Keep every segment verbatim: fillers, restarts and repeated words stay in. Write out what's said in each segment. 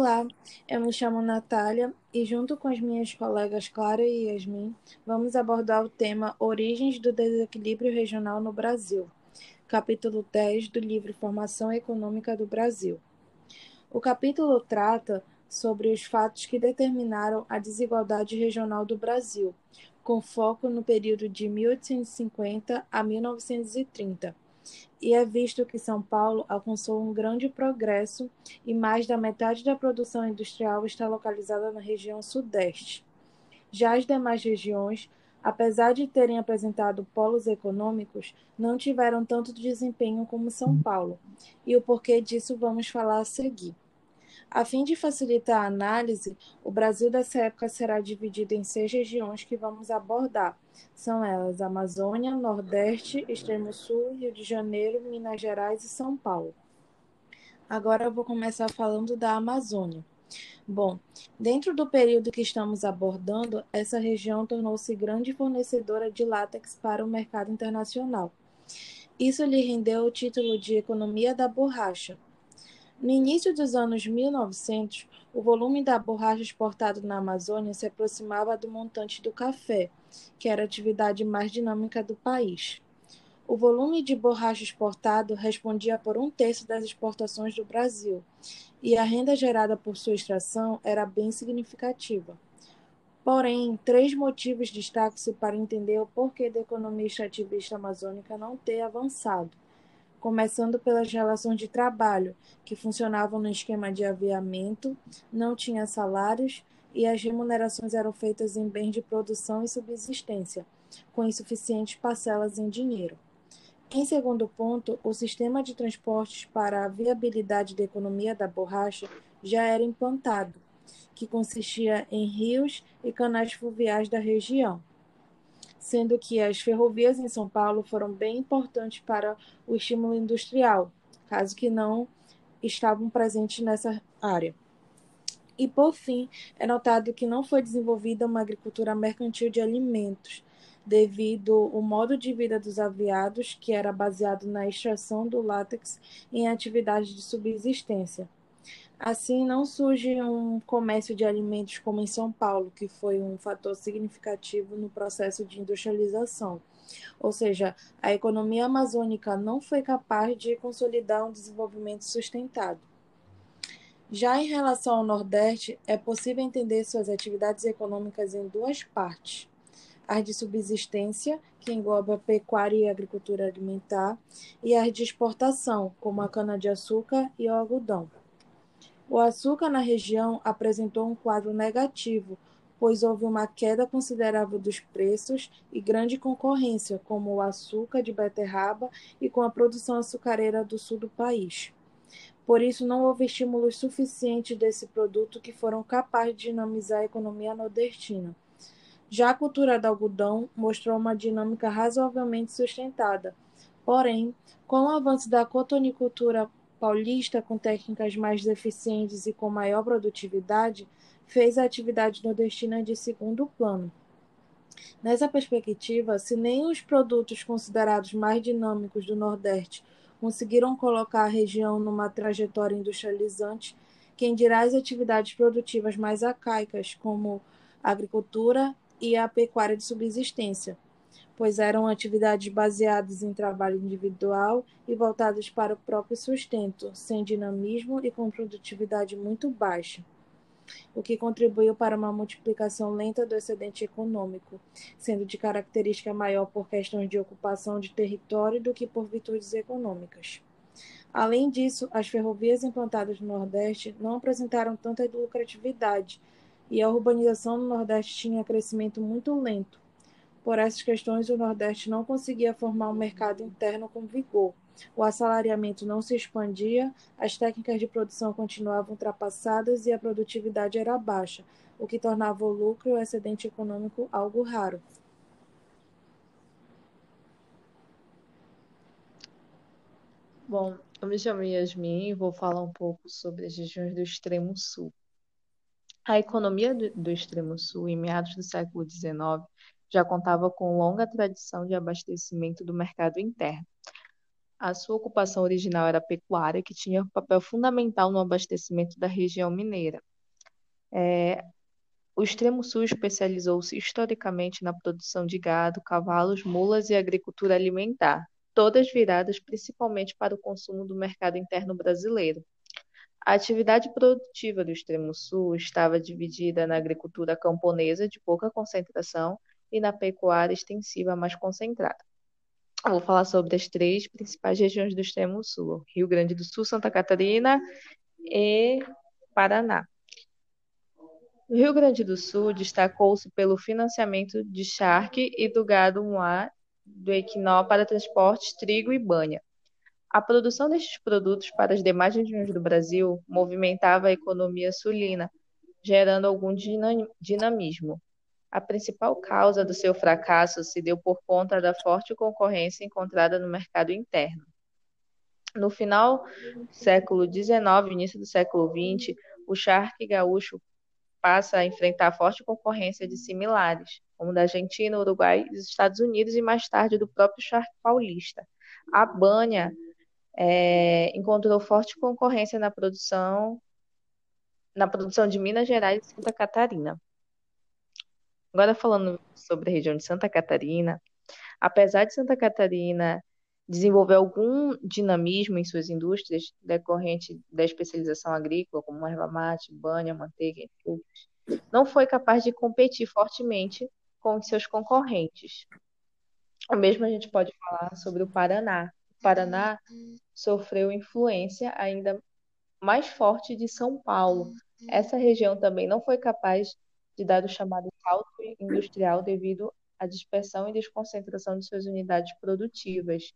Olá, eu me chamo Natália e, junto com as minhas colegas Clara e Yasmin, vamos abordar o tema Origens do Desequilíbrio Regional no Brasil, capítulo dez do livro Formação Econômica do Brasil. O capítulo trata sobre os fatos que determinaram a desigualdade regional do Brasil, com foco no período de mil oitocentos e cinquenta a mil novecentos e trinta. E é visto que São Paulo alcançou um grande progresso e mais da metade da produção industrial está localizada na região Sudeste. Já as demais regiões, apesar de terem apresentado polos econômicos, não tiveram tanto desempenho como São Paulo, e o porquê disso vamos falar a seguir. A fim de facilitar a análise, o Brasil dessa época será dividido em seis regiões que vamos abordar. São elas Amazônia, Nordeste, Extremo Sul, Rio de Janeiro, Minas Gerais e São Paulo. Agora eu vou começar falando da Amazônia. Bom, dentro do período que estamos abordando, essa região tornou-se grande fornecedora de látex para o mercado internacional. Isso lhe rendeu o título de Economia da Borracha. No início dos anos mil e novecentos, o volume da borracha exportado na Amazônia se aproximava do montante do café, que era a atividade mais dinâmica do país. O volume de borracha exportado respondia por um terço das exportações do Brasil, e a renda gerada por sua extração era bem significativa. Porém, três motivos destacam-se para entender o porquê da economia extrativista amazônica não ter avançado, começando pelas relações de trabalho, que funcionavam no esquema de aviamento, não tinha salários e as remunerações eram feitas em bens de produção e subsistência, com insuficientes parcelas em dinheiro. Em segundo ponto, o sistema de transportes para a viabilidade da economia da borracha já era implantado, que consistia em rios e canais fluviais da região, sendo que as ferrovias em São Paulo foram bem importantes para o estímulo industrial, caso que não estavam presentes nessa área. E, por fim, é notado que não foi desenvolvida uma agricultura mercantil de alimentos, devido ao modo de vida dos aviados, que era baseado na extração do látex em atividades de subsistência. Assim, não surge um comércio de alimentos como em São Paulo, que foi um fator significativo no processo de industrialização. Ou seja, a economia amazônica não foi capaz de consolidar um desenvolvimento sustentado. Já em relação ao Nordeste, é possível entender suas atividades econômicas em duas partes: as de subsistência, que engloba pecuária e agricultura alimentar, e as de exportação, como a cana-de-açúcar e o algodão. O açúcar na região apresentou um quadro negativo, pois houve uma queda considerável dos preços e grande concorrência, como o açúcar de beterraba e com a produção açucareira do sul do país. Por isso, não houve estímulos suficientes desse produto que foram capazes de dinamizar a economia nordestina. Já a cultura do algodão mostrou uma dinâmica razoavelmente sustentada. Porém, com o avanço da cotonicultura paulista, com técnicas mais eficientes e com maior produtividade, fez a atividade nordestina de segundo plano. Nessa perspectiva, se nem os produtos considerados mais dinâmicos do Nordeste conseguiram colocar a região numa trajetória industrializante, quem dirá as atividades produtivas mais arcaicas, como a agricultura e a pecuária de subsistência, pois eram atividades baseadas em trabalho individual e voltadas para o próprio sustento, sem dinamismo e com produtividade muito baixa, o que contribuiu para uma multiplicação lenta do excedente econômico, sendo de característica maior por questões de ocupação de território do que por virtudes econômicas. Além disso, as ferrovias implantadas no Nordeste não apresentaram tanta lucratividade, e a urbanização no Nordeste tinha crescimento muito lento. Por essas questões, o Nordeste não conseguia formar um mercado interno com vigor. O assalariamento não se expandia, as técnicas de produção continuavam ultrapassadas e a produtividade era baixa, o que tornava o lucro e o excedente econômico algo raro. Bom, eu me chamo Yasmin e vou falar um pouco sobre as regiões do Extremo Sul. A economia do, do Extremo Sul, em meados do século dezenove, já contava com longa tradição de abastecimento do mercado interno. A sua ocupação original era a pecuária, que tinha um papel fundamental no abastecimento da região mineira. O extremo sul especializou-se historicamente na produção de gado, cavalos, mulas e agricultura alimentar, todas viradas principalmente para o consumo do mercado interno brasileiro. A atividade produtiva do extremo sul estava dividida na agricultura camponesa, de pouca concentração, e na pecuária extensiva, mais concentrada. Eu vou falar sobre as três principais regiões do extremo sul: Rio Grande do Sul, Santa Catarina e Paraná. O Rio Grande do Sul destacou-se pelo financiamento de charque e do gado muar do equinó para transportes, trigo e banha. A produção destes produtos para as demais regiões do Brasil movimentava a economia sulina, gerando algum dinamismo. A principal causa do seu fracasso se deu por conta da forte concorrência encontrada no mercado interno. No final do século dezenove, início do século vinte, o charque gaúcho passa a enfrentar forte concorrência de similares, como da Argentina, Uruguai e dos Estados Unidos e mais tarde do próprio charque paulista. A banha é, encontrou forte concorrência na produção, na produção de Minas Gerais e Santa Catarina. Agora falando sobre a região de Santa Catarina, apesar de Santa Catarina desenvolver algum dinamismo em suas indústrias decorrente da especialização agrícola, como erva mate, banha, manteiga, entre outros, não foi capaz de competir fortemente com os seus concorrentes. O mesmo a gente pode falar sobre o Paraná. O Paraná sofreu influência ainda mais forte de São Paulo. Essa região também não foi capaz de dar o chamado salto industrial devido à dispersão e desconcentração de suas unidades produtivas.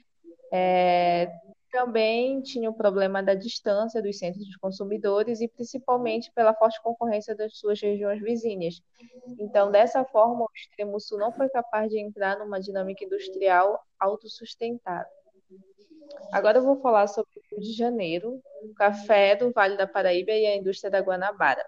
É, também tinha o problema da distância dos centros dos consumidores e principalmente pela forte concorrência das suas regiões vizinhas. Então, dessa forma, o extremo sul não foi capaz de entrar numa dinâmica industrial autossustentável. Agora eu vou falar sobre o Rio de Janeiro, o café do Vale da Paraíba e a indústria da Guanabara.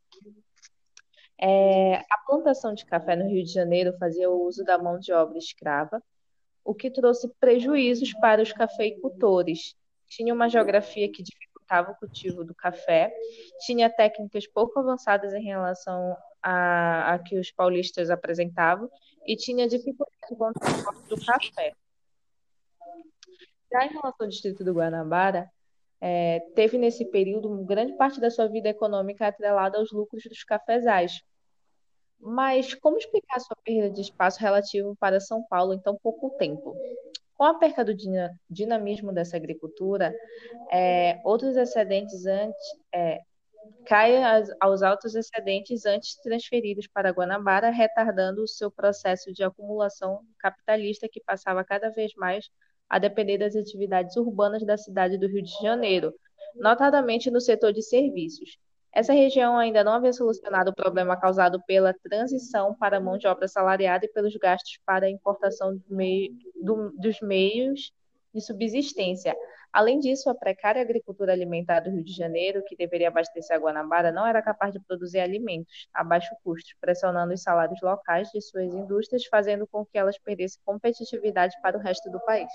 É, a plantação de café no Rio de Janeiro fazia o uso da mão de obra escrava, o que trouxe prejuízos para os cafeicultores. Tinha uma geografia que dificultava o cultivo do café, tinha técnicas pouco avançadas em relação a, a que os paulistas apresentavam e tinha dificuldade com o transporte do café. Já em relação ao distrito do Guanabara, é, teve nesse período uma grande parte da sua vida econômica atrelada aos lucros dos cafezais. Mas como explicar sua perda de espaço relativo para São Paulo em tão pouco tempo? Com a perda do dinamismo dessa agricultura, é, outros excedentes antes, é, caem aos altos excedentes antes transferidos para Guanabara, retardando o seu processo de acumulação capitalista que passava cada vez mais a depender das atividades urbanas da cidade do Rio de Janeiro, notadamente no setor de serviços. Essa região ainda não havia solucionado o problema causado pela transição para a mão de obra assalariada e pelos gastos para a importação do meio, do, dos meios de subsistência. Além disso, a precária agricultura alimentar do Rio de Janeiro, que deveria abastecer a Guanabara, não era capaz de produzir alimentos a baixo custo, pressionando os salários locais de suas indústrias, fazendo com que elas perdessem competitividade para o resto do país.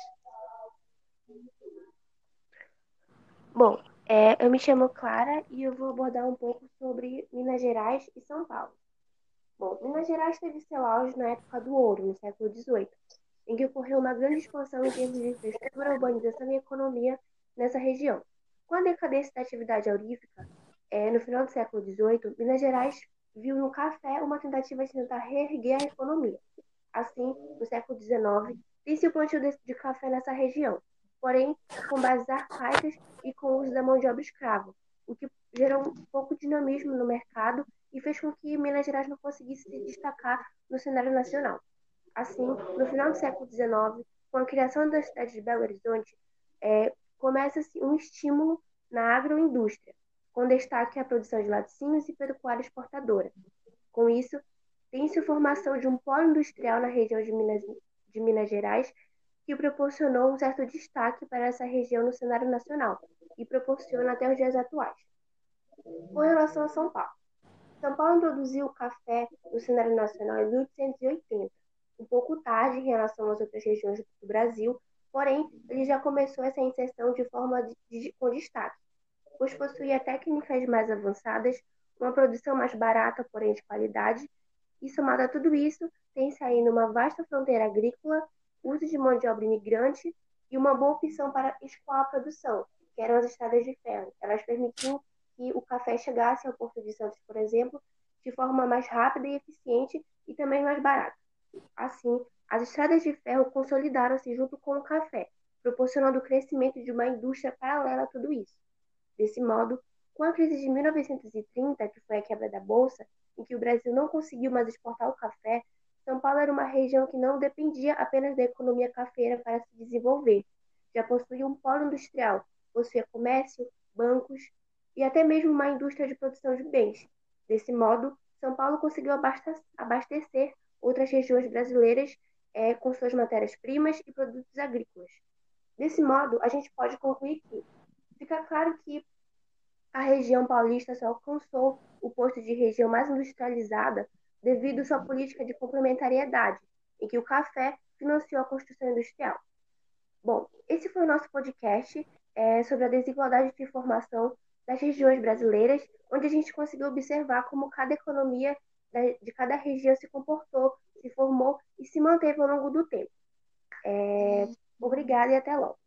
Bom, é, eu me chamo Clara e eu vou abordar um pouco sobre Minas Gerais e São Paulo. Bom, Minas Gerais teve seu auge na época do ouro, no século dezoito, em que ocorreu uma grande expansão em termos de infraestrutura, urbanização e economia nessa região. Com a decadência da atividade aurífica, é, no final do século dezoito, Minas Gerais viu no café uma tentativa de tentar reerguer a economia. Assim, no século dezenove, tem-se o plantio de, de café nessa região, porém com bases arcaicas e com o uso da mão de obra escrava, o que gerou um pouco de dinamismo no mercado e fez com que Minas Gerais não conseguisse se destacar no cenário nacional. Assim, no final do século dezenove, com a criação da cidade de Belo Horizonte, é, começa-se um estímulo na agroindústria, com destaque à produção de laticínios e pecuária exportadora. Com isso, tem-se a formação de um polo industrial na região de Minas, de Minas Gerais, que proporcionou um certo destaque para essa região no cenário nacional e proporciona até os dias atuais. Com relação a São Paulo, São Paulo introduziu o café no cenário nacional em mil oitocentos e oitenta, um pouco tarde em relação às outras regiões do Brasil, Porém, ele já começou essa inserção de forma de, de, com destaque, pois possuía técnicas mais avançadas, uma produção mais barata, porém de qualidade, e somado a tudo isso, tem-se ainda uma vasta fronteira agrícola, uso de mão de obra imigrante e uma boa opção para escoar a produção, que eram as estradas de ferro. Elas permitiam que o café chegasse ao Porto de Santos, por exemplo, de forma mais rápida e eficiente e também mais barata. Assim, as estradas de ferro consolidaram-se junto com o café, proporcionando o crescimento de uma indústria paralela a tudo isso. Desse modo, com a crise de mil novecentos e trinta, que foi a quebra da Bolsa, em que o Brasil não conseguiu mais exportar o café, São Paulo era uma região que não dependia apenas da economia cafeira para se desenvolver. Já possuía um polo industrial, possuía comércio, bancos e até mesmo uma indústria de produção de bens. Desse modo, São Paulo conseguiu abastecer outras regiões brasileiras é, com suas matérias-primas e produtos agrícolas. Desse modo, a gente pode concluir que fica claro que a região paulista só alcançou o posto de região mais industrializada devido à sua política de complementariedade, em que o café financiou a construção industrial. Bom, esse foi o nosso podcast é, sobre a desigualdade de informação das regiões brasileiras, onde a gente conseguiu observar como cada economia de cada região se comportou, se formou e se manteve ao longo do tempo. É, obrigada e até logo.